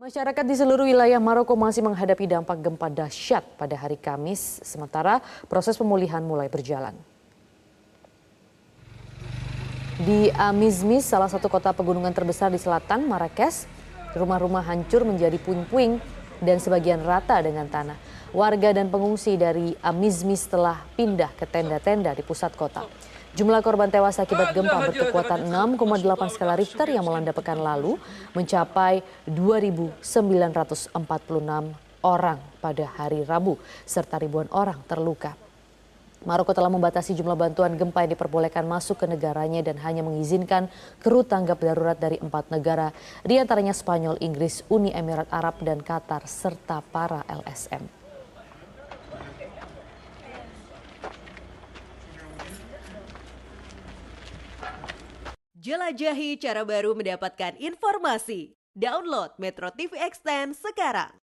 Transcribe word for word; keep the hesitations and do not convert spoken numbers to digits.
Masyarakat di seluruh wilayah Maroko masih menghadapi dampak gempa dahsyat pada hari Kamis, sementara proses pemulihan mulai berjalan. Di Amizmiz, salah satu kota pegunungan terbesar di selatan Marrakesh, rumah-rumah hancur menjadi puing-puing dan sebagian rata dengan tanah. Warga dan pengungsi dari Amizmiz telah pindah ke tenda-tenda di pusat kota. Jumlah korban tewas akibat gempa berkekuatan enam koma delapan skala Richter yang melanda pekan lalu mencapai dua ribu sembilan ratus empat puluh enam orang pada hari Rabu, serta ribuan orang terluka. Maroko telah membatasi jumlah bantuan gempa yang diperbolehkan masuk ke negaranya dan hanya mengizinkan kru tanggap darurat dari empat negara, di antaranya Spanyol, Inggris, Uni Emirat Arab, dan Qatar, serta para L S M. Jelajahi cara baru mendapatkan informasi. Download Metro T V Extend sekarang.